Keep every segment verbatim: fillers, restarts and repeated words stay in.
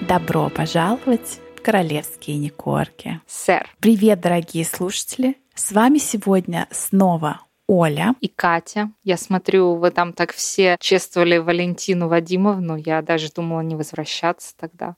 Добро пожаловать в королевские Никорки. Сэр. Привет, дорогие слушатели! С вами сегодня снова Оля и Катя. Я смотрю, вы там так все чествовали Валентину Вадимовну. Я даже думала не возвращаться тогда.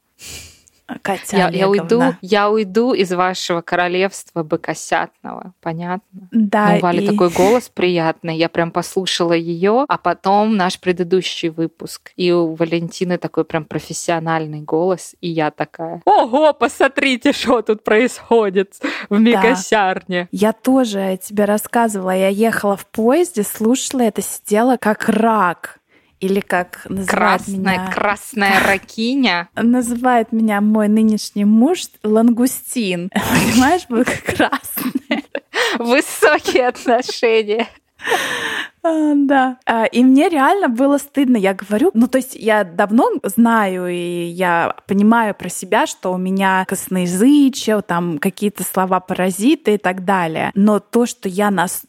Катя я, Олеговна. я уйду, я уйду из вашего королевства быкосятного, понятно? Да. Ну, у Вали и... такой голос приятный, я прям послушала ее, а потом наш предыдущий выпуск. И у Валентины такой прям профессиональный голос, и я такая: ого, посмотрите, что тут происходит в мегасярне. Да. Я тоже тебе рассказывала, я ехала в поезде, слушала это, сидела как рак. Или как называет красная, меня... Красная ракиня. Называет меня мой нынешний муж лангустин. Понимаешь, был красный. Высокие отношения. А, да. А, и мне реально было стыдно. Я говорю, ну то есть я давно знаю и я понимаю про себя, что у меня косноязычие, там какие-то слова-паразиты и так далее. Но то, что я настолько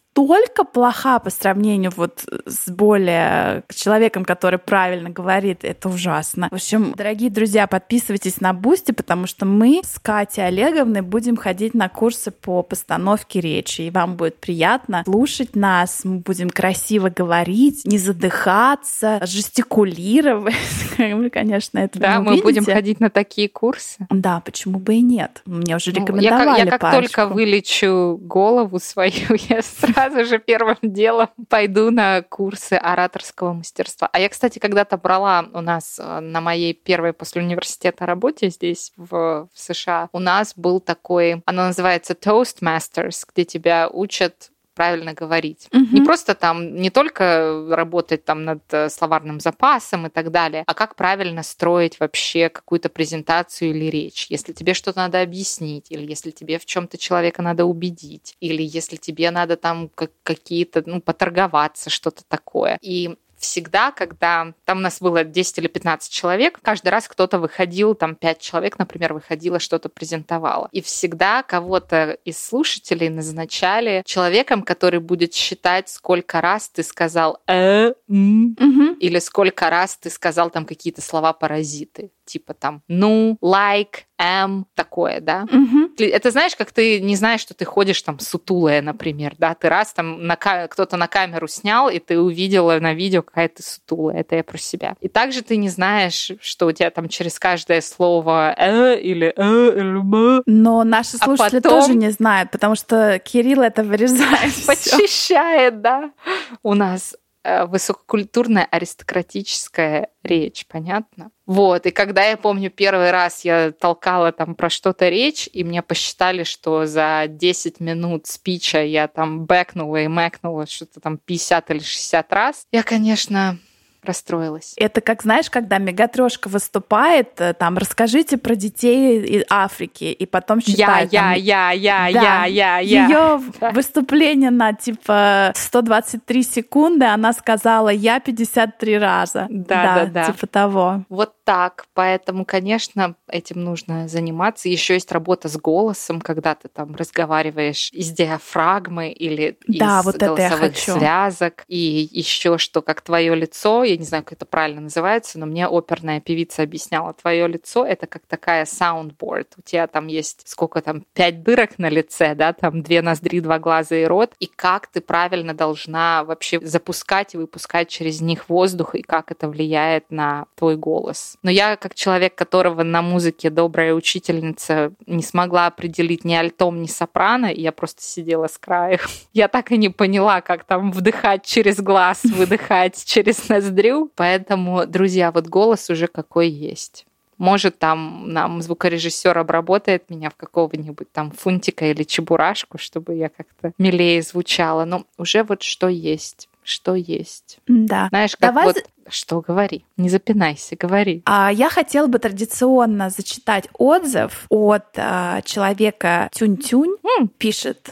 плоха по сравнению вот с более человеком, который правильно говорит, это ужасно. В общем, дорогие друзья, подписывайтесь на Бусти, потому что мы с Катей Олеговной будем ходить на курсы по постановке речи, и вам будет приятно слушать нас, мы будем красиво говорить, не задыхаться, жестикулировать. Вы, конечно, это да, не мы увидите. Будем ходить на такие курсы. Да, почему бы и нет? Мне уже рекомендовали ну, Я, я как парочку. только вылечу голову свою, я сразу же первым делом пойду на курсы ораторского мастерства. А я, кстати, когда-то брала у нас на моей первой после университета работе здесь, в, в США, у нас был такой, оно называется Toastmasters, где тебя учат правильно говорить. Uh-huh. Не просто там, не только работать там над словарным запасом и так далее, а как правильно строить вообще какую-то презентацию или речь. Если тебе что-то надо объяснить, или если тебе в чем-то человека надо убедить, или если тебе надо там какие-то, ну, поторговаться, что-то такое. И всегда, когда там у нас было десять или пятнадцать человек, каждый раз кто-то выходил, там пять человек, например, выходило, что-то презентовало. И всегда кого-то из слушателей назначали человеком, который будет считать, сколько раз ты сказал «э», «м», угу. или сколько раз ты сказал там какие-то слова-паразиты. Типа там «ну», «like», «am», такое, да? Угу. Это знаешь, как ты не знаешь, что ты ходишь там сутулая, например, да? Ты раз там на ка- кто-то на камеру снял, и ты увидела на видео, какая ты сутулая. Это я про себя. И также ты не знаешь, что у тебя там через каждое слово «э» или «э» или «м». Но наши слушатели а потом... тоже не знают, потому что Кирилл это вырезает. Подчищает, да? У нас высококультурная аристократическая речь, понятно? Вот, и когда я помню, первый раз я толкала там про что-то речь, и мне посчитали, что за десять минут спича я там бэкнула и мэкнула что-то там пятьдесят или шестьдесят раз, я, конечно... расстроилась. Это как, знаешь, когда Мегатрёшка выступает, там, расскажите про детей из Африки, и потом считает... Я, там, я, я, я, да, я, я, я. Её да. выступление на, типа, сто двадцать три секунды, она сказала «я» пятьдесят три раза. Да, да, да, да. Типа того. Вот так. Поэтому, конечно, этим нужно заниматься. Еще есть работа с голосом, когда ты там разговариваешь из диафрагмы или да, из вот голосовых связок. И еще что, как твое лицо, я не знаю, как это правильно называется, но мне оперная певица объясняла, твое лицо — это как такая soundboard. У тебя там есть сколько там, пять дырок на лице, да, там две ноздри, два глаза и рот, и как ты правильно должна вообще запускать и выпускать через них воздух, и как это влияет на твой голос. Но я, как человек, которого на музыке добрая учительница не смогла определить ни альтом, ни сопрано, и я просто сидела с краю. Я так и не поняла, как там вдыхать через глаз, выдыхать через ноздрю. Поэтому, друзья, вот голос уже какой есть. Может, там нам звукорежиссер обработает меня в какого-нибудь там фунтика или чебурашку, чтобы я как-то милее звучала. Но уже вот что есть. Что есть. Да. Знаешь, как Давай... вот... Что, говори. Не запинайся, говори. А я хотела бы традиционно зачитать отзыв от а, человека Тюнь-Тюнь. Mm. Пишет,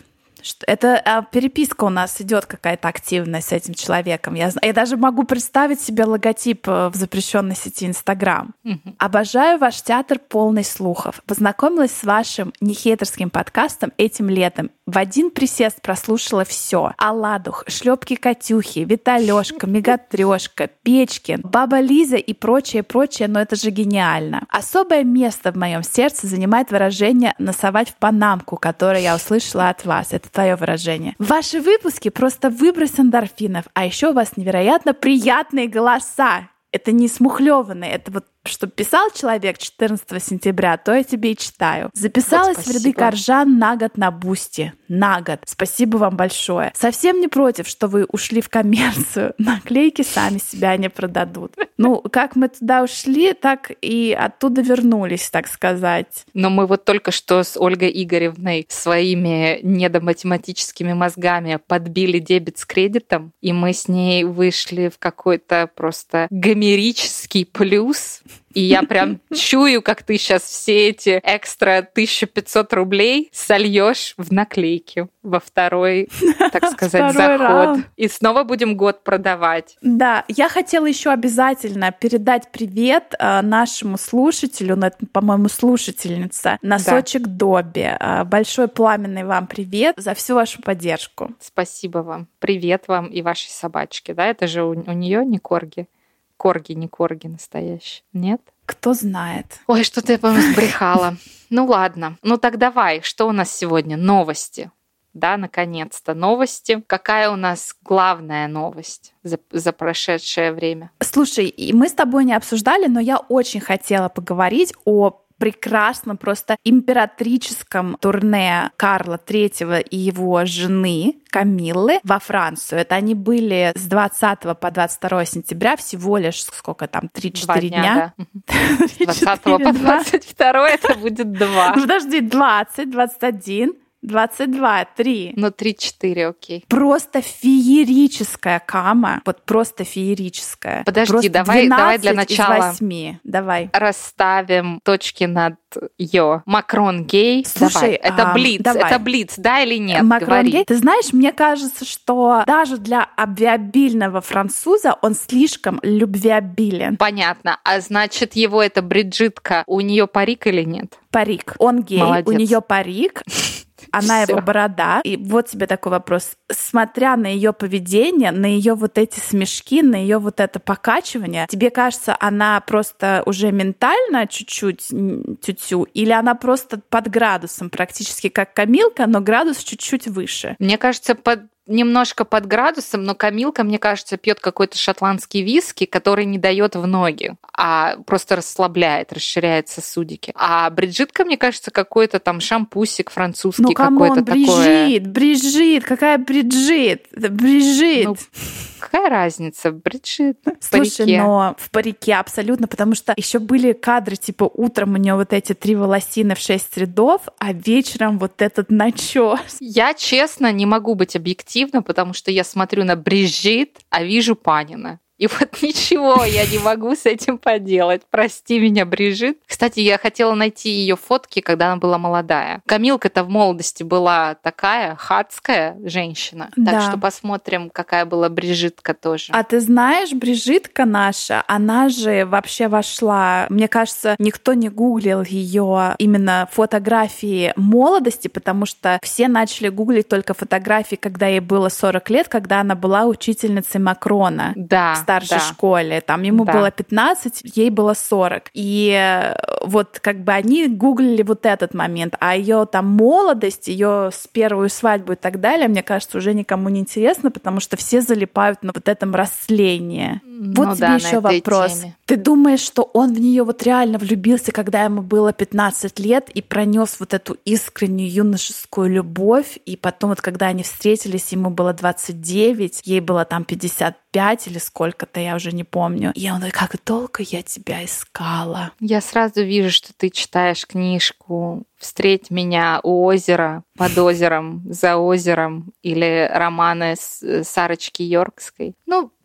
что это а, переписка у нас идет какая-то активная с этим человеком. Я, я даже могу представить себе логотип в запрещенной сети Инстаграм. Угу. Обожаю ваш театр, полный слухов. Познакомилась с вашим нехейтерским подкастом этим летом. В один присест прослушала все: Аладух, шлепки Катюхи, Виталёшка, Мегатрёшка, Печкин, Баба Лиза и прочее, прочее, но это же гениально. Особое место в моем сердце занимает выражение «насовать в панамку», которое я услышала от вас. Это твое выражение. Ваши выпуски просто выброс эндорфинов, а еще у вас невероятно приятные голоса. Это не смухлёванные, это вот что писал человек четырнадцатого сентября, то я тебе и читаю. Записалась вот в ряды Коржан на год на Бусти. На год. Спасибо вам большое. Совсем не против, что вы ушли в коммерцию. Наклейки сами себя не продадут. Ну, как мы туда ушли, так и оттуда вернулись, так сказать. Но мы вот только что с Ольгой Игоревной своими недоматематическими мозгами подбили дебет с кредитом, и мы с ней вышли в какой-то просто гомерический плюс. И я прям чую, как ты сейчас все эти экстра тысяча пятьсот рублей сольешь в наклейки во второй, так сказать, Второй заход. раунд. И снова будем год продавать. Да, я хотела еще обязательно передать привет э, нашему слушателю, ну, это, по-моему, слушательница, Носочек Добби. Э, большой пламенный вам привет за всю вашу поддержку. Спасибо вам. Привет вам и вашей собачке. Да, это же у, у нее не корги. Корги, не корги настоящие. Нет? Кто знает. Ой, что-то я, по-моему, сбрехала. Ну ладно. Ну так давай, что у нас сегодня? Новости. Да, наконец-то новости. Какая у нас главная новость за, за прошедшее время? Слушай, и мы с тобой не обсуждали, но я очень хотела поговорить о прекрасном, просто императрическом турне Карла третьего и его жены Камиллы во Францию. Это они были с двадцатого по двадцать второе сентября, всего лишь сколько там, три-четыре дня. дня. Да. С двадцатого по двадцать второе это будет два. Подожди, двадцать, двадцать один, двадцать два, три. Ну, три-четыре, окей. Просто феерическая кама. Вот просто феерическая. Подожди, просто давай, давай для начала из восьми. Давай. Расставим точки над «ё». Макрон гей. Слушай, давай. Это а, блиц. давай. Это блиц, да или нет? Макрон Говори. гей. Ты знаешь, мне кажется, что даже для обвиабильного француза он слишком любвеобилен. Понятно. А значит, его это Бриджитка, у нее парик или нет? Парик. Он гей, Молодец. у нее парик. Она Всё. его борода. И вот тебе такой вопрос. Смотря на ее поведение, на ее вот эти смешки, на ее вот это покачивание, тебе кажется, она просто уже ментально чуть-чуть тю-тю, или она просто под градусом, практически как Камилка, но градус чуть-чуть выше? Мне кажется, под немножко под градусом, но Камилка, мне кажется, пьет какой-то шотландский виски, который не дает в ноги, а просто расслабляет, расширяет сосудики. А Бриджитка, мне кажется, какой-то там шампусик французский, ну, какой-то такое. Брижит, Брижит, какая Бриджит? Брижит. Ну, какая разница? Бриджит в Слушай, парике. но в парике абсолютно, потому что еще были кадры, типа утром у нее вот эти три волосины в шесть рядов, а вечером вот этот начес. Я, честно, не могу быть объективной, потому что я смотрю на Брижит, а вижу Панина. И вот ничего я не могу с этим поделать. Прости меня, Брижит. Кстати, я хотела найти ее фотки, когда она была молодая. Камилка-то в молодости была такая хатская женщина. Да. Так что посмотрим, какая была Брижитка тоже. А ты знаешь, Брижитка наша, она же вообще вошла... Мне кажется, никто не гуглил ее именно фотографии молодости, потому что все начали гуглить только фотографии, когда ей было сорок лет, когда она была учительницей Макрона. Да. В старшей да. школе. Там ему Да. было пятнадцать, ей было сорок. И вот как бы они гуглили вот этот момент, а ее там молодость, ее с первую свадьбу и так далее, мне кажется, уже никому не интересно, потому что все залипают на вот этом растлении. Вот Ну тебе да, еще на этой вопрос. теме. Ты думаешь, что он в нее вот реально влюбился, когда ему было пятнадцать лет, и пронес вот эту искреннюю юношескую любовь, и потом вот когда они встретились, ему было двадцать девять, ей было там пятьдесят пять или сколько-то, я уже не помню. И он говорит, как долго я тебя искала. Я сразу вижу, что ты читаешь книжку «Встреть меня у озера», «Под озером», «За озером» или романы Сарочки Йоркской. Ну,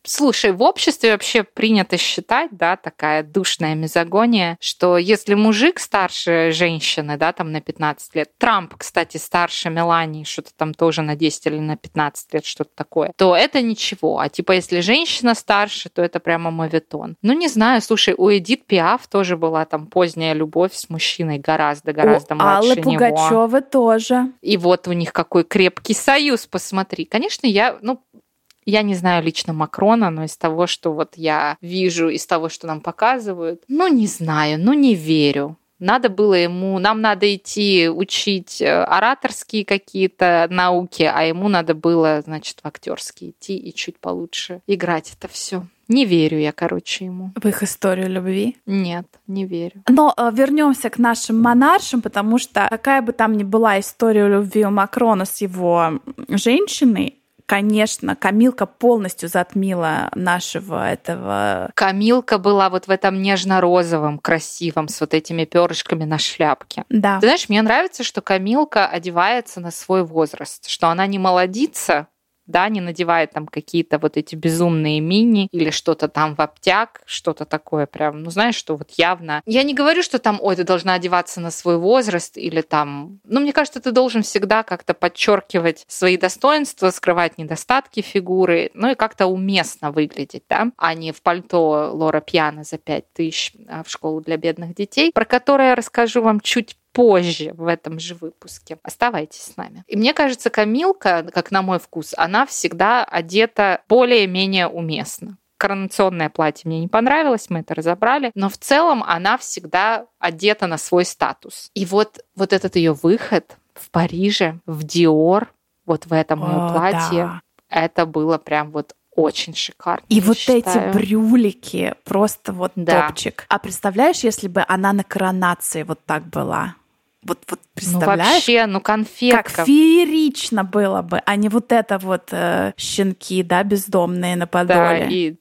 Слушай, в обществе вообще принято считать, да, такая душная мизогония, что если мужик старше женщины, да, там на пятнадцать лет, Трамп, кстати, старше Мелании, что-то там тоже на десять или на пятнадцать лет, что-то такое, то это ничего. А типа если женщина старше, то это прямо моветон. Ну, не знаю, слушай, у Эдит Пиаф тоже была там поздняя любовь с мужчиной гораздо-гораздо младше Аллы него. Пугачёвы тоже. И вот у них какой крепкий союз, посмотри. Конечно, я, ну, я не знаю лично Макрона, но из того, что вот я вижу, из того, что нам показывают, ну, не знаю, ну, не верю. Надо было ему, нам надо идти учить ораторские какие-то науки, а ему надо было, значит, в актерские идти и чуть получше играть это все. Не верю я, короче, ему. В их историю любви? Нет, не верю. Но э, вернемся к нашим монаршам, потому что какая бы там ни была история любви у Макрона с его женщиной, конечно, Камилка полностью затмила нашего этого... Камилка была вот в этом нежно-розовом, красивом, с вот этими перышками на шляпке. Да. Ты знаешь, мне нравится, что Камилка одевается на свой возраст, что она не молодится, да, не надевает там какие-то вот эти безумные мини или что-то там в обтяг, что-то такое прям, ну, знаешь, что вот явно... Я не говорю, что там, ой, ты должна одеваться на свой возраст или там... Ну, мне кажется, ты должен всегда как-то подчеркивать свои достоинства, скрывать недостатки фигуры, ну и как-то уместно выглядеть, да, а не в пальто Лора Пьяна за пять тысяч в школу для бедных детей, про которое я расскажу вам чуть позже в этом же выпуске. Оставайтесь с нами. И мне кажется, Камилка, как на мой вкус, она всегда одета более-менее уместно. Коронационное платье мне не понравилось, мы это разобрали, но в целом она всегда одета на свой статус. И вот, вот этот ее выход в Париже, в Диор, вот в этом ее платье, да. Это было прям вот очень шикарно. И вот считаю. Эти брюлики, просто вот да. топчик. А представляешь, если бы она на коронации вот так была? Вот, вот представляешь? Ну вообще, ну конфетка. Как феерично было бы, а не вот это вот э, щенки, да, бездомные на Подоле. Да, и...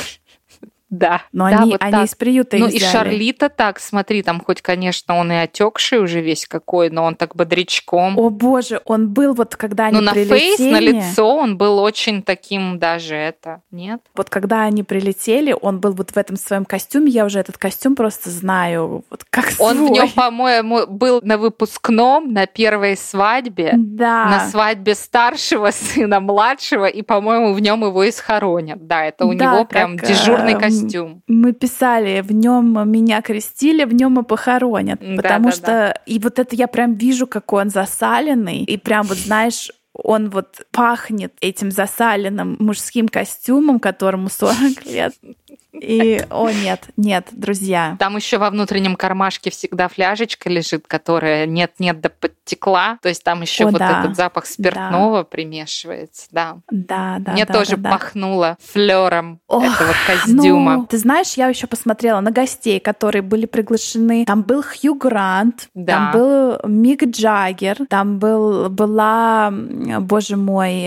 Да. Но да, они, вот они из приюта их Ну взяли. И Шарлита так, смотри, там хоть, конечно, он и отекший уже весь какой, но он так бодрячком. О боже, он был вот, когда они ну, прилетели... Ну на фейс, на лицо он был очень таким даже это, нет? Вот когда они прилетели, он был вот в этом своем костюме, я уже этот костюм просто знаю вот как свой. Он в нем, по-моему, был на выпускном, на первой свадьбе, да. на свадьбе старшего сына, младшего, и, по-моему, в нем его и схоронят. Да, это у да, него прям как, дежурный э, костюм. Мы писали, в нем меня крестили, в нем и похоронят. Да, потому да, что да. И вот это я прям вижу, какой он засаленный. И прям вот, знаешь, он вот пахнет этим засаленным мужским костюмом, которому сорок лет. И, о, нет, нет, друзья. Там еще во внутреннем кармашке всегда фляжечка лежит, которая нет-нет да подтекла. То есть там еще о, вот да. этот запах спиртного да. примешивается. Да, да, да. Мне да, тоже да, пахнуло флером Ох, этого костюма. Ну, ты знаешь, я еще посмотрела на гостей, которые были приглашены. Там был Хью Грант, да. там был Мик Джаггер, там был, была, боже мой,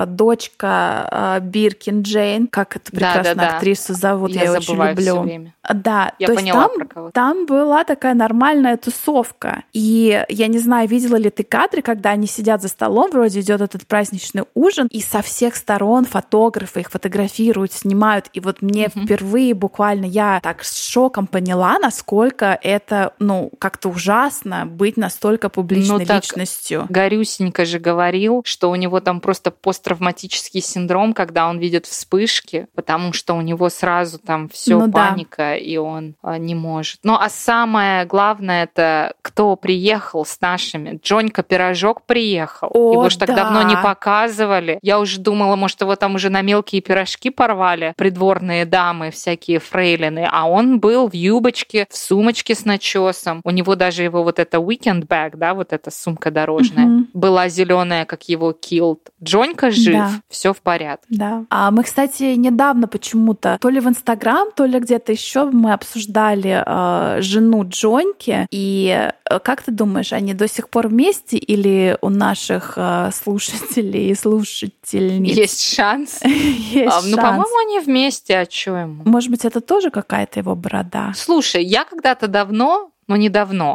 дочка Биркин Джейн. Как эту прекрасную да, да, да. актрису зовут? Я, я очень люблю. Все время. Да, я то поняла есть там, про кого-то. Там была такая нормальная тусовка. И я не знаю, видела ли ты кадры, когда они сидят за столом, вроде идет этот праздничный ужин, и со всех сторон фотографы их фотографируют, снимают. И вот мне mm-hmm. впервые буквально я так с шоком поняла, насколько это, ну, как-то ужасно быть настолько публичной ну, личностью. Гарюсенька же говорил, что у него там просто посттравматический синдром, когда он видит вспышки, потому что у него сразу там все ну, паника, да. и он а, не может. Ну, а самое главное, это кто приехал с нашими. Джонька Пирожок приехал. О, его ж так да. давно не показывали. Я уже думала, может, его там уже на мелкие пирожки порвали, придворные дамы, всякие фрейлины, а он был в юбочке, в сумочке с начесом. У него даже его вот эта weekend bag, да, вот эта сумка дорожная, mm-hmm. была зеленая, как его килт. Джонька жив, да. все в порядке. Да. А мы, кстати, недавно почему-то то ли в Инстаграм, то ли где-то еще мы обсуждали э, жену Джоньки. И э, как ты думаешь, они до сих пор вместе или у наших э, слушателей и слушательниц есть шанс? Есть а, шанс. Ну, по-моему, они вместе. А что ему? Может быть, это тоже какая-то его борода? Слушай, я когда-то давно, но не давно,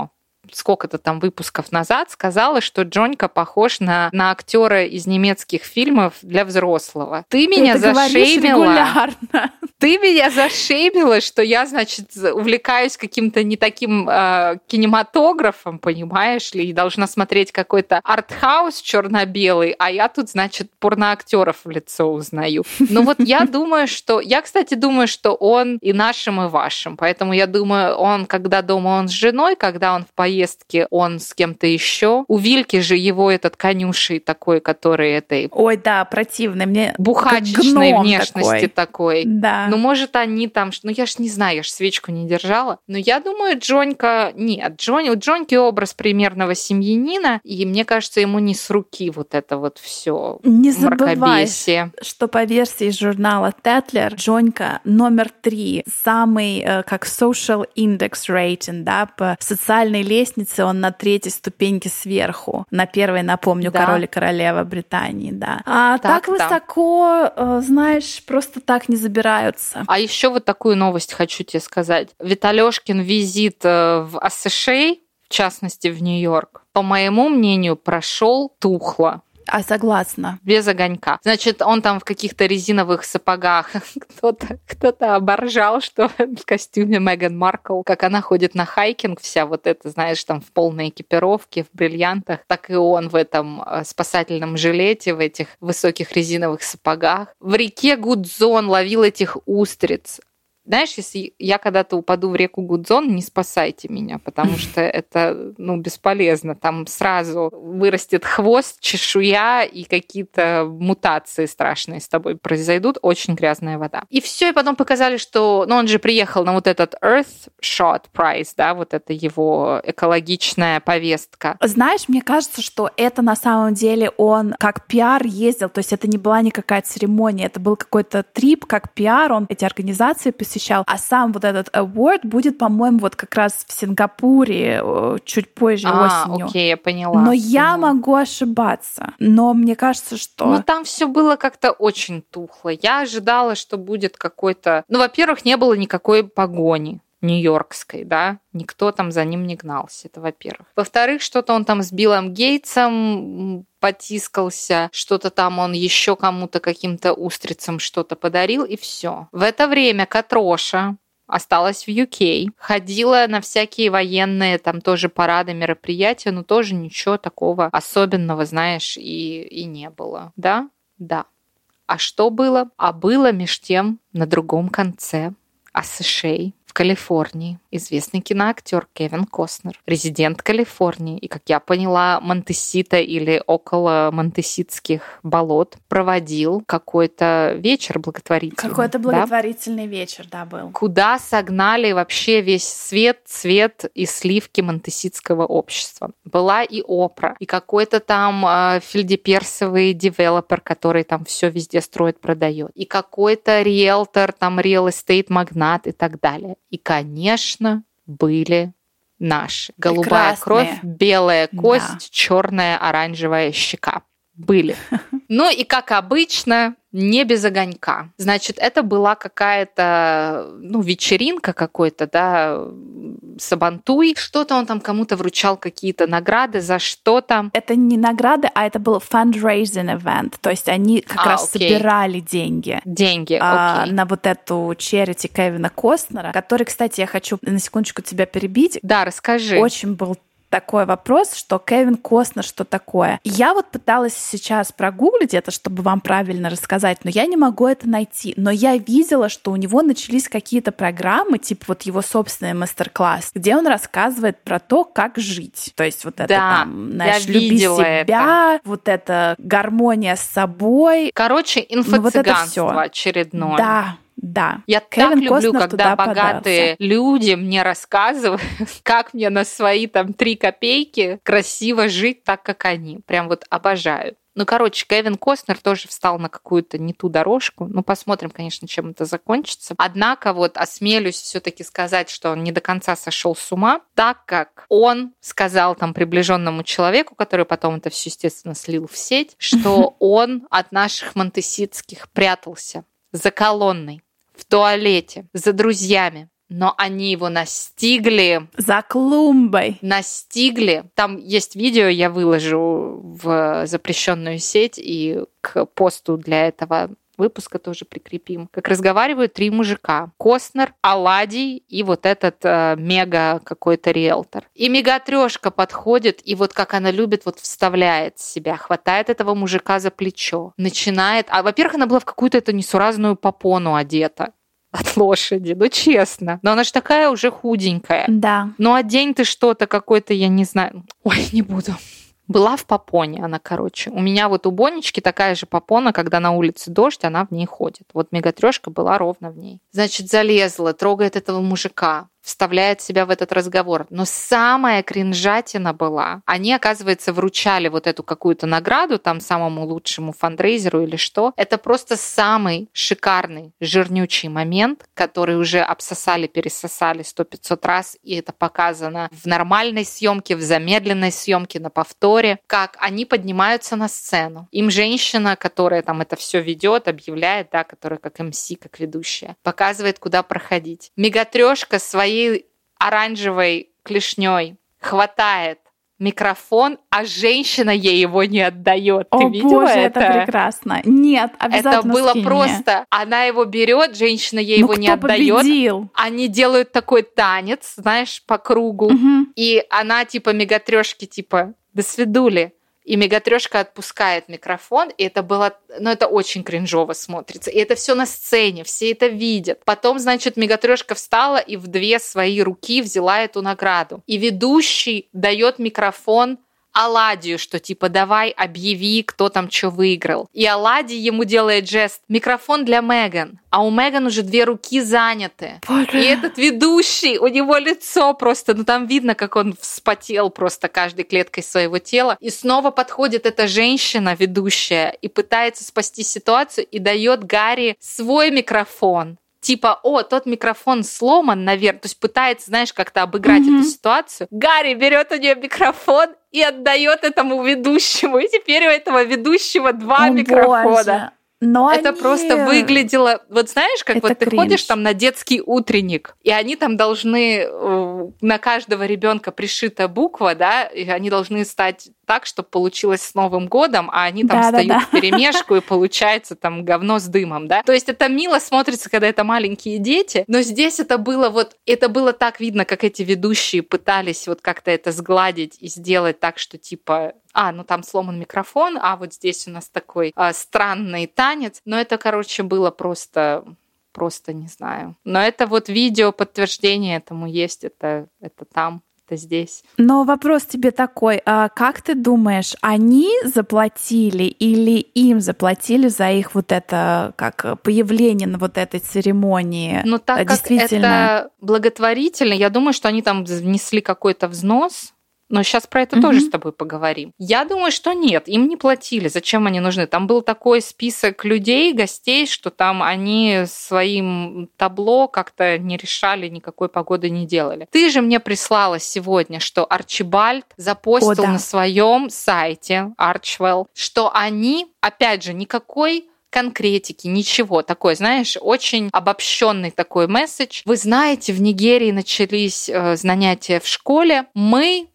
сколько-то там выпусков назад сказала, что Джонька похож на, на актера из немецких фильмов для взрослого. Ты меня Ты зашеймила. Ты меня зашеймила, что я, значит, увлекаюсь каким-то не таким э, кинематографом, понимаешь ли, и должна смотреть какой-то артхаус черно-белый, а я тут, значит, порноактеров в лицо узнаю. Ну вот я думаю, что... Я, кстати, думаю, что он и нашим, и вашим. Поэтому я думаю, он, когда дома он с женой, когда он в поездке, он с кем-то еще. У Вильки же его этот конюший такой, который этой... Ой, да, противный. Мне бухачечной внешности такой. такой. Да. Ну, может, они там... Ну, я ж не знаю, я ж свечку не держала. Но я думаю, Джонька... Нет, Джонь... у Джоньки образ примерного семьянина, и мне кажется, ему не с руки вот это вот все мракобесие. Что по версии журнала Тетлер, Джонька номер три, самый как social index rating, да, по социальной лестнице он на третьей ступеньке сверху. На первой, напомню, да. Король и королева Британии, да. А так, так высоко, да. Знаешь, просто так не забираются. А еще вот такую новость хочу тебе сказать. Виталёшкин визит в США, в частности в Нью-Йорк, по моему мнению, прошел тухло. А согласна. Без огонька. Значит, он там в каких-то резиновых сапогах. Кто-то, кто-то оборжал, что в костюме Меган Маркл, как она ходит на хайкинг вся вот это, знаешь, там в полной экипировке, в бриллиантах, так и он в этом спасательном жилете, в этих высоких резиновых сапогах. В реке Гудзон ловил этих устриц. Знаешь, если я когда-то упаду в реку Гудзон, не спасайте меня, потому что это, ну, бесполезно. Там сразу вырастет хвост, чешуя и какие-то мутации страшные с тобой произойдут. Очень грязная вода. И все, и потом показали, что... Ну, он же приехал на вот этот Earth Shot Prize, да, вот это его экологичная повестка. Знаешь, мне кажется, что это на самом деле он как пиар ездил, то есть это не была никакая церемония, это был какой-то трип, как пиар, он эти организации посещал. А сам вот этот award будет, по-моему, вот как раз в Сингапуре чуть позже а, осенью. Окей, я поняла. Но я угу. могу ошибаться. Но мне кажется, что... Ну, там все было как-то очень тухло. Я ожидала, что будет какой-то... Ну, во-первых, не было никакой погони нью-йоркской, да, никто там за ним не гнался, это во-первых. Во-вторых, что-то он там с Биллом Гейтсом потискался, что-то там он еще кому-то, каким-то устрицам что-то подарил, и все. В это время Катроша осталась в ю кей, ходила на всякие военные там тоже парады, мероприятия, но тоже ничего такого особенного, знаешь, и, и не было. Да? Да. А что было? А было меж тем на другом конце США, в Калифорнии, известный киноактер Кевин Костнер, резидент Калифорнии, и, как я поняла, Монтесита или около монтеситских болот, проводил какой-то вечер благотворительный. Какой-то благотворительный да? вечер, да, был. Куда согнали вообще весь свет, цвет и сливки монтеситского общества. Была и Опра, и какой-то там э, фельдеперсовый девелопер, который там все везде строит, продает, и какой-то риэлтор, там реал-эстейт магнат и так далее. И, конечно, были наши. Голубая прекрасные. Кровь, белая кость, да. черная, оранжевая щека. Были. Ну и, как обычно, не без огонька. Значит, это была какая-то, ну, вечеринка какой-то, да, сабантуй. Что-то он там кому-то вручал, какие-то награды, за что-то. Это не награды, а это был fundraising event. То есть они как а, раз окей. собирали деньги. Деньги, а, окей. На вот эту charity Кевина Костнера, который, кстати, я хочу на секундочку тебя перебить. Да, расскажи. Очень был такой вопрос, что Кевин Костнер, что такое. Я вот пыталась сейчас прогуглить это, чтобы вам правильно рассказать, но я не могу это найти. Но я видела, что у него начались какие-то программы, типа вот его собственный мастер-класс, где он рассказывает про то, как жить. То есть вот это да, там, знаешь, люби себя, это. вот это гармония с собой. Короче, инфо-цыганство ну, вот очередное. Да. Да. Я Кевин так люблю, Костнер когда богатые подался. люди мне рассказывают, как мне на свои там три копейки красиво жить так, как они. Прям вот обожаю. Ну, короче, Кевин Костнер тоже встал на какую-то не ту дорожку. Ну, посмотрим, конечно, чем это закончится. Однако вот осмелюсь все-таки сказать, что он не до конца сошел с ума, так как он сказал там приближенному человеку, который потом это все, естественно, слил в сеть, что он от наших монтеситских прятался за колонной, в туалете, за друзьями, но они его настигли. За клумбой. Настигли. Там есть видео, я выложу в запрещенную сеть, и к посту для этого выпуска тоже прикрепим. Как разговаривают три мужика. Костнер, Аладий и вот этот э, мега какой-то риэлтор. И мегатрёшка подходит, и вот как она любит, вот вставляет себя, хватает этого мужика за плечо, начинает... А, во-первых, она была в какую-то эту несуразную попону одета. От лошади, ну честно. Но она же такая уже худенькая. Да. Ну одень ты что-то какое-то, я не знаю. Ой, не буду. Была в попоне она, короче. У меня вот у Бонечки такая же попона, когда на улице дождь, она в ней ходит. Вот мегатрёшка была ровно в ней. Значит, залезла, трогает этого мужика, вставляет себя в этот разговор. Но самая кринжатина была, они, оказывается, вручали вот эту какую-то награду там самому лучшему фандрейзеру или что. Это просто самый шикарный, жирнючий момент, который уже обсосали, пересосали сто пятьсот раз, и это показано в нормальной съемке, в замедленной съемке, на повторе, как они поднимаются на сцену. Им женщина, которая там это все ведет, объявляет, да, которая как эм си, как ведущая, показывает, куда проходить. Мегатрёшка своей оранжевой клешней хватает микрофон, а женщина ей его не отдает. О, Ты видела боже, это? это прекрасно. Нет, обязательно Это было скинь просто... мне. Она его берет, женщина ей Ну, его не кто отдает. победил? Они делают такой танец, знаешь, по кругу. Мгм. И она типа мегатрёшки, типа, до свидули. И мегатрёшка отпускает микрофон, и это было, ну, это очень кринжово смотрится. И это все на сцене, все это видят. Потом, значит, мегатрёшка встала и в две свои руки взяла эту награду. И ведущий дает микрофон Аладию, что типа давай объяви, кто там что выиграл. И Аладий ему делает жест: микрофон для Меган. А у Меган уже две руки заняты. Боже. И этот ведущий, у него лицо просто, ну там видно, как он вспотел просто каждой клеткой своего тела. И снова подходит эта женщина, ведущая, и пытается спасти ситуацию, и дает Гарри свой микрофон. Типа, о, тот микрофон сломан, наверное. То есть пытается, знаешь, как-то обыграть mm-hmm. эту ситуацию. Гарри берет у нее микрофон и отдает этому ведущему. И теперь у этого ведущего два О, микрофона. Боже. Но это они... просто выглядело... Вот знаешь, как это вот ты кринж. ходишь там на детский утренник, и они там должны... На каждого ребенка пришита буква, да, и они должны стать так, чтобы получилось с Новым годом, а они там да, встают да, да. вперемешку, и получается там говно с дымом, да. То есть это мило смотрится, когда это маленькие дети, но здесь это было вот... Это было так видно, как эти ведущие пытались вот как-то это сгладить и сделать так, что типа... А, ну там сломан микрофон, а вот здесь у нас такой а, странный танец. Но это, короче, было просто, просто не знаю. Но это вот видео подтверждение этому есть, это, это там, это здесь. Но вопрос тебе такой, а как ты думаешь, они заплатили или им заплатили за их вот это, как появление на вот этой церемонии? Ну так как это благотворительно, я думаю, что они там внесли какой-то взнос. Но сейчас про это mm-hmm. тоже с тобой поговорим. Я думаю, что нет, им не платили. Зачем они нужны? Там был такой список людей, гостей, что там они своим табло как-то не решали, никакой погоды не делали. Ты же мне прислала сегодня, что Арчибальд запостил О, да. на своем сайте Archwell, что они, опять же, никакой конкретики, ничего. Такой, знаешь, очень обобщенный такой месседж. Вы знаете, в Нигерии начались э, занятия в школе. Мы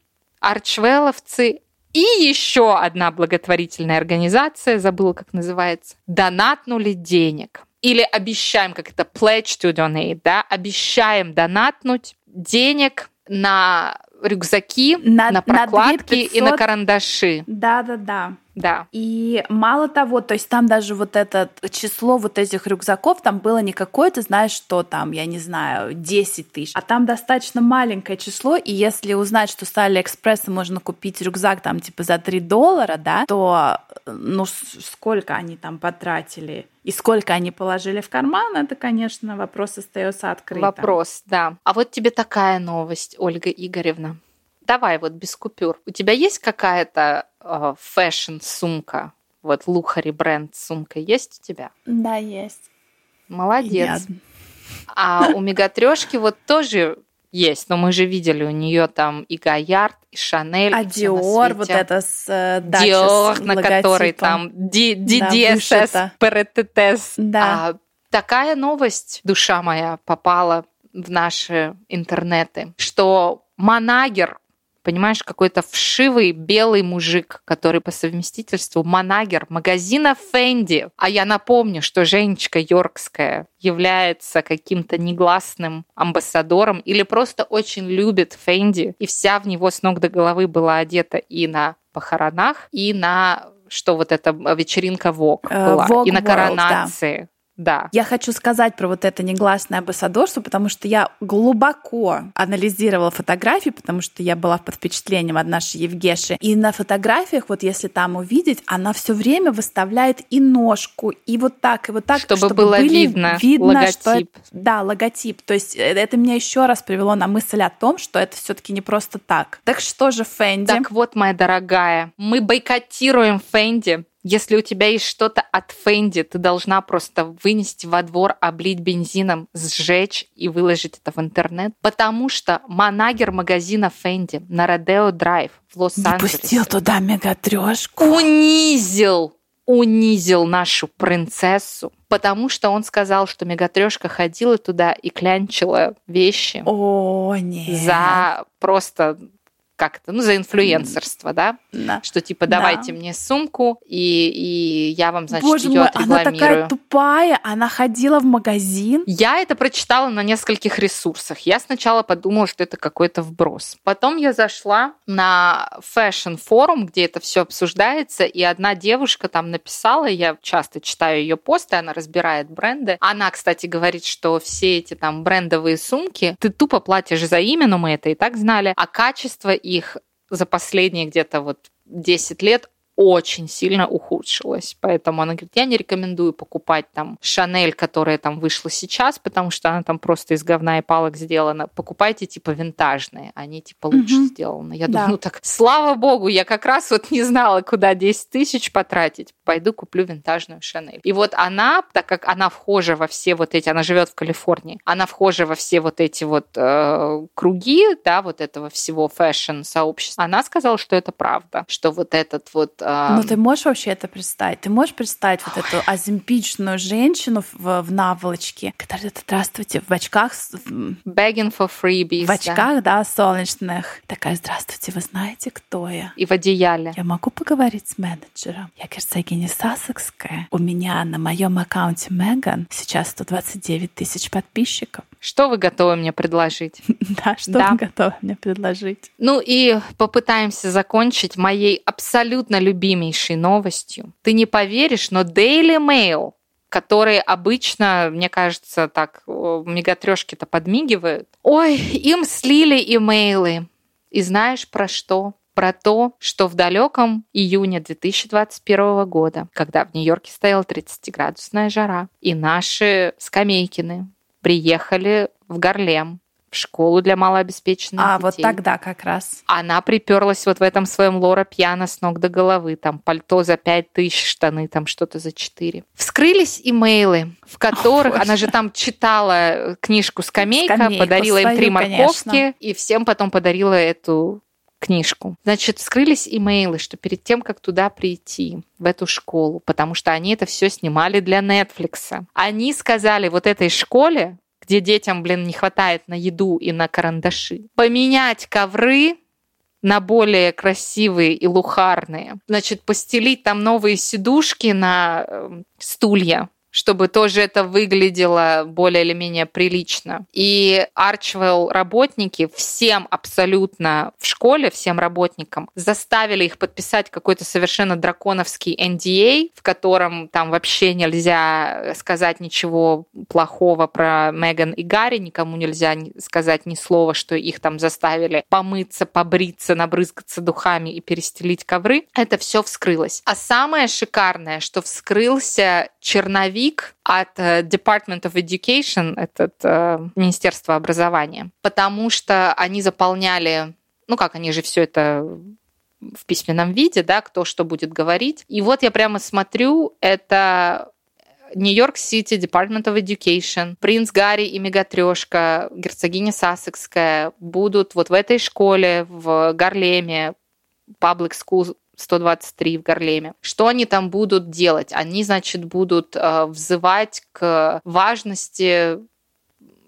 арчвелловцы и еще одна благотворительная организация, забыла, как называется, донатнули денег. Или обещаем, как это, pledge to donate, да, обещаем донатнуть денег на рюкзаки, на, на прокладки на и на карандаши. Да-да-да. Да. И мало того, то есть там даже вот это число вот этих рюкзаков, там было не какое-то, знаешь, что там, я не знаю, десять тысяч, а там достаточно маленькое число, и если узнать, что с Алиэкспресса можно купить рюкзак там типа за три доллара, да, то ну сколько они там потратили и сколько они положили в карман, это, конечно, вопрос остается открытым. Вопрос, да. А вот тебе такая новость, Ольга Игоревна. Давай вот без купюр. У тебя есть какая-то э, фэшн-сумка? Вот Лухари бренд сумка есть у тебя? Да, есть. Молодец. Нет. А у Мегатрёшки вот тоже есть, но мы же видели, у нее там и Гоярд, и Шанель. А Диор, вот это с э, да, Диор, на которой там ди ди ди эс эс, ПРТТС. Да. А, такая новость, душа моя, попала в наши интернеты, что манагер, понимаешь, какой-то вшивый белый мужик, который по совместительству манагер магазина Фенди. А я напомню, что Женечка Йоркская является каким-то негласным амбассадором или просто очень любит Фенди, и вся в него с ног до головы была одета и на похоронах, и на, что вот эта вечеринка Vogue была, Vogue и на World, коронации. Да. Да. Я хочу сказать про вот это негласное амбассадорство, потому что я глубоко анализировала фотографии, потому что я была под впечатлением от нашей Евгеши. И на фотографиях, вот если там увидеть, она все время выставляет и ножку, и вот так, и вот так, чтобы, чтобы было были видно, видно логотип. Что это, да, логотип. То есть это меня еще раз привело на мысль о том, что это все-таки не просто так. Так что же Фенди? Так вот, моя дорогая, мы бойкотируем Фенди. Если у тебя есть что-то от Фенди, ты должна просто вынести во двор, облить бензином, сжечь и выложить это в интернет. Потому что манагер магазина Фенди на Родео Драйв в Лос-Анджелесе не пустил туда мегатрёшку. Унизил, унизил нашу принцессу. Потому что он сказал, что мегатрёшка ходила туда и клянчила вещи. О, нет. За просто... как-то, ну, за инфлюенсерство, да? Да. Что типа давайте да. мне сумку, и, и я вам, значит, Боже ее мой, отрекламирую. она такая тупая, она ходила в магазин. Я это прочитала на нескольких ресурсах. Я сначала подумала, что это какой-то вброс. Потом я зашла на фэшн-форум, где это все обсуждается, и одна девушка там написала, я часто читаю ее посты, она разбирает бренды. Она, кстати, говорит, что все эти там брендовые сумки, ты тупо платишь за имя, но мы это и так знали, а качество их за последние где-то вот десять лет очень сильно ухудшилось. Поэтому она говорит, я не рекомендую покупать там Шанель, которая там вышла сейчас, потому что она там просто из говна и палок сделана. Покупайте типа винтажные, они типа лучше mm-hmm. сделаны. Я да. думаю, ну так, слава богу, я как раз вот не знала, куда десять тысяч потратить. Пойду куплю винтажную Шанель. И вот она, так как она вхожа во все вот эти, она живет в Калифорнии, она вхожа во все вот эти вот э, круги, да, вот этого всего фэшн-сообщества, она сказала, что это правда, что вот этот вот Ну, ты можешь вообще это представить? Ты можешь представить вот эту азимпичную женщину в, в наволочке, которая, здравствуйте, в очках... Begging for freebies. В очках, да, да солнечных. Такая, здравствуйте, вы знаете, кто я? И в одеяле. Я могу поговорить с менеджером? Я герцогиня Сассекская. У меня на моем аккаунте Меган сейчас сто двадцать девять тысяч подписчиков. Что вы готовы мне предложить? Да, что вы готовы мне предложить? Ну и попытаемся закончить моей абсолютно любимейшей новостью. Ты не поверишь, но Daily Mail, которые обычно, мне кажется, так мегатрёшки-то подмигивают, ой, им слили имейлы. И знаешь про что? Про то, что в далеком июне две тысячи двадцать первого года, когда в Нью-Йорке стояла тридцатиградусная жара, и наши Скамейкины приехали в Гарлем, в школу для малообеспеченных а, детей. А, вот тогда как раз. Она приперлась вот в этом своем Лора Пьяно с ног до головы. Там пальто за пять тысяч, штаны там что-то за четыре. Вскрылись имейлы, в которых... О, она же там читала книжку «Скамейка», Скамейку подарила свою, им три морковки, конечно. И всем потом подарила эту книжку. Значит, вскрылись имейлы, что перед тем, как туда прийти, в эту школу, потому что они это все снимали для Netflix, они сказали вот этой школе, где детям, блин, не хватает на еду и на карандаши, поменять ковры на более красивые и лухарные. Значит, постелить там новые сидушки на э, стулья, чтобы тоже это выглядело более или менее прилично. И Арчвелл работники всем абсолютно в школе, всем работникам, заставили их подписать какой-то совершенно драконовский эн ди эй, в котором там вообще нельзя сказать ничего плохого про Меган и Гарри, никому нельзя сказать ни слова, что их там заставили помыться, побриться, набрызгаться духами и перестелить ковры. Это все вскрылось. А самое шикарное, что вскрылся черновик от Department of Education, это uh, Министерство образования, потому что они заполняли, ну как, они же все это в письменном виде, да, кто что будет говорить. И вот я прямо смотрю, это Нью-Йорк Сити, Department of Education, принц Гарри и мегатрёшка, герцогиня Сассекская будут вот в этой школе в Гарлеме, Public School сто двадцать три в Гарлеме. Что они там будут делать? Они, значит, будут э, взывать к важности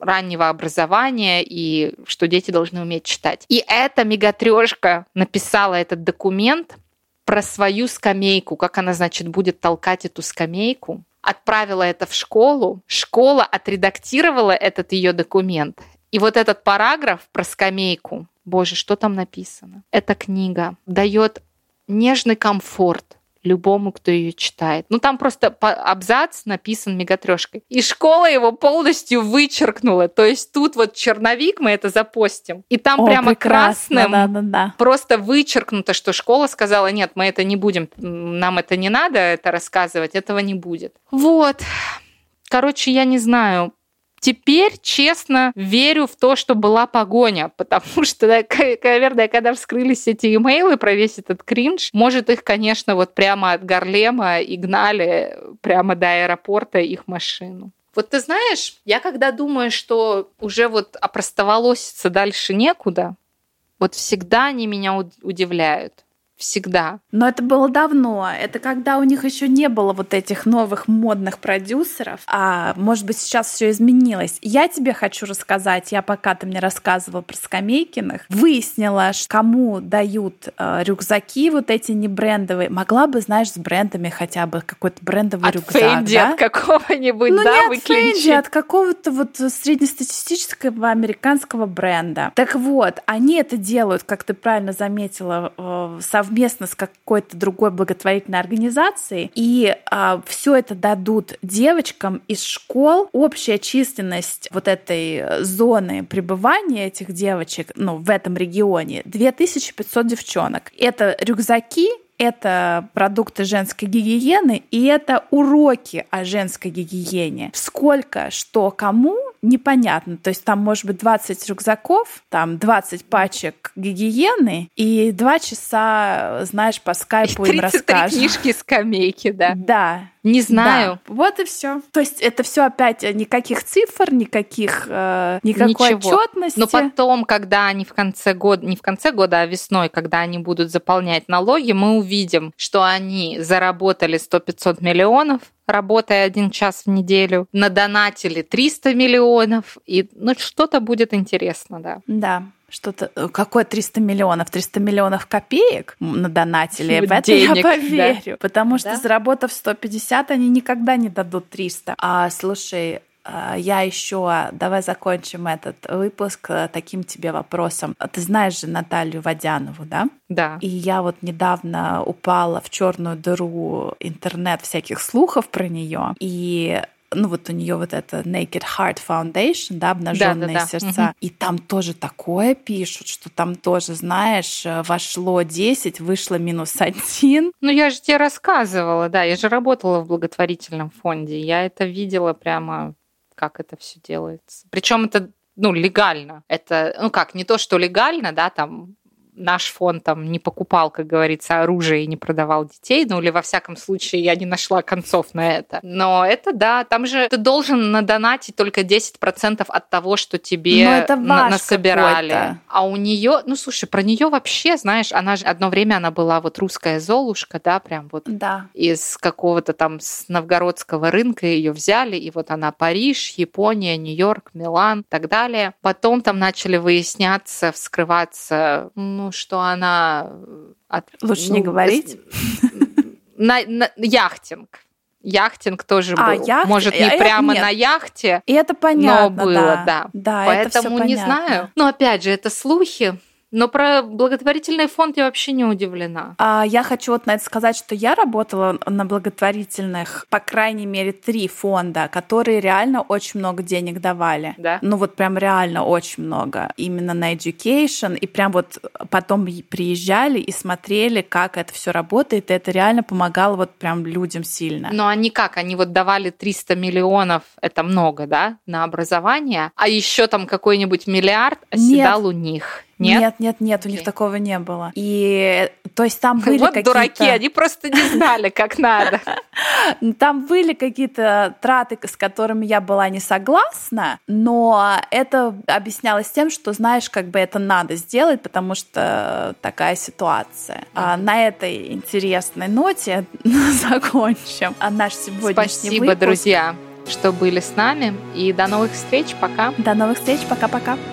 раннего образования и что дети должны уметь читать. И эта мегатрёшка написала этот документ про свою скамейку, как она, значит, будет толкать эту скамейку, отправила это в школу, школа отредактировала этот ее документ. И вот этот параграф про скамейку, боже, что там написано? Эта книга дает нежный комфорт любому, кто ее читает. Ну, там просто абзац написан мегатрёшкой. И школа его полностью вычеркнула. То есть тут вот черновик, мы это запостим, и там О, прямо прекрасно, красным да, да, да. просто вычеркнуто, что школа сказала, нет, мы это не будем, нам это не надо, это рассказывать, этого не будет. Вот. Короче, я не знаю. Теперь, честно, верю в то, что была погоня, потому что, наверное, когда вскрылись эти имейлы про весь этот кринж, может, их, конечно, вот прямо от Гарлема и гнали прямо до аэропорта их машину. Вот ты знаешь, я когда думаю, что уже вот опростоволоситься дальше некуда, вот всегда они меня удивляют. Всегда. Но это было давно. Это когда у них еще не было вот этих новых модных продюсеров. А может быть, сейчас все изменилось. Я тебе хочу рассказать, я пока ты мне рассказывала про Скамейкиных, выяснила, кому дают э, рюкзаки вот эти не брендовые. Могла бы, знаешь, с брендами хотя бы какой-то брендовый от рюкзак. Фенди, да? От какого-нибудь, ну, да, не выключить. от Фенди, от какого-то вот среднестатистического американского бренда. Так вот, они это делают, как ты правильно заметила, э, совместно совместно с какой-то другой благотворительной организацией, и а, все это дадут девочкам из школ. Общая численность вот этой зоны пребывания этих девочек, ну, в этом регионе две тысячи пятьсот девчонок. Это рюкзаки, это продукты женской гигиены, и это уроки о женской гигиене. Сколько, что, кому, непонятно. То есть там может быть двадцать рюкзаков, там двадцать пачек гигиены и два часа, знаешь, по скайпу им расскажешь. тридцать три книжки скамейки, да. Да. Не знаю. Да. Вот и все. То есть это все опять никаких цифр, никаких э, никакой Ничего. Отчетности. Но потом, когда они в конце года, не в конце года, а весной, когда они будут заполнять налоги, мы увидим, что они заработали сто-пятьсот миллионов, работая один час в неделю, надонатили триста миллионов, и ну, что-то будет интересно, да. Да. Что-то, какое триста миллионов? триста миллионов копеек надонатили. В это денег, я поверю. Да. Потому что, да? заработав сто пятьдесят, они никогда не дадут триста. А, слушай, я еще... Давай закончим этот выпуск таким тебе вопросом. Ты знаешь же Наталью Водянову, да? Да. И я вот недавно упала в черную дыру интернет всяких слухов про нее. И... ну вот у нее вот это Naked Heart Foundation, да, обнаженные да, да, да. сердца. Угу. И там тоже такое пишут, что там тоже, знаешь, вошло десять, вышло минус один. Ну, я же тебе рассказывала, да, я же работала в благотворительном фонде. Я это видела прямо, как это все делается. Причем это, ну, легально. Это, ну как, не то, что легально, да, там наш фонд там не покупал, как говорится, оружие и не продавал детей, ну или во всяком случае я не нашла концов на это. Но это да, там же ты должен надонатить только десять процентов от того, что тебе это на- насобирали. Какой-то. А у нее, ну слушай, про нее вообще, знаешь, она же одно время она была вот русская Золушка, да, прям вот да. из какого-то там с новгородского рынка ее взяли, и вот она Париж, Япония, Нью-Йорк, Милан и так далее. Потом там начали выясняться, вскрываться, ну, что она... От, Лучше ну, не говорить. На, на, яхтинг. Яхтинг тоже а, был. Яхт... Может, не а, прямо нет. на яхте, и это понятно, но было, да. да. да Поэтому это не понятно. знаю. Но опять же, это слухи. Но про благотворительный фонд я вообще не удивлена. А я хочу вот на это сказать, что я работала на благотворительных, по крайней мере, три фонда, которые реально очень много денег давали. Да? Ну вот прям реально очень много. Именно на education. И прям вот потом приезжали и смотрели, как это все работает. И это реально помогало вот прям людям сильно. Но они как? Они вот давали триста миллионов, это много, да, на образование, а еще там какой-нибудь миллиард оседал Нет. у них. Нет? Нет, нет, нет, у них такого не было. И то есть там были вот какие-то... дураки, они просто не знали, как надо. Там были какие-то траты, с которыми я была не согласна, но это объяснялось тем, что, знаешь, как бы это надо сделать, потому что такая ситуация. А на этой интересной ноте закончим наш сегодняшний Спасибо, выпуск. друзья. что были с нами. И до новых встреч. Пока. До новых встреч. Пока-пока.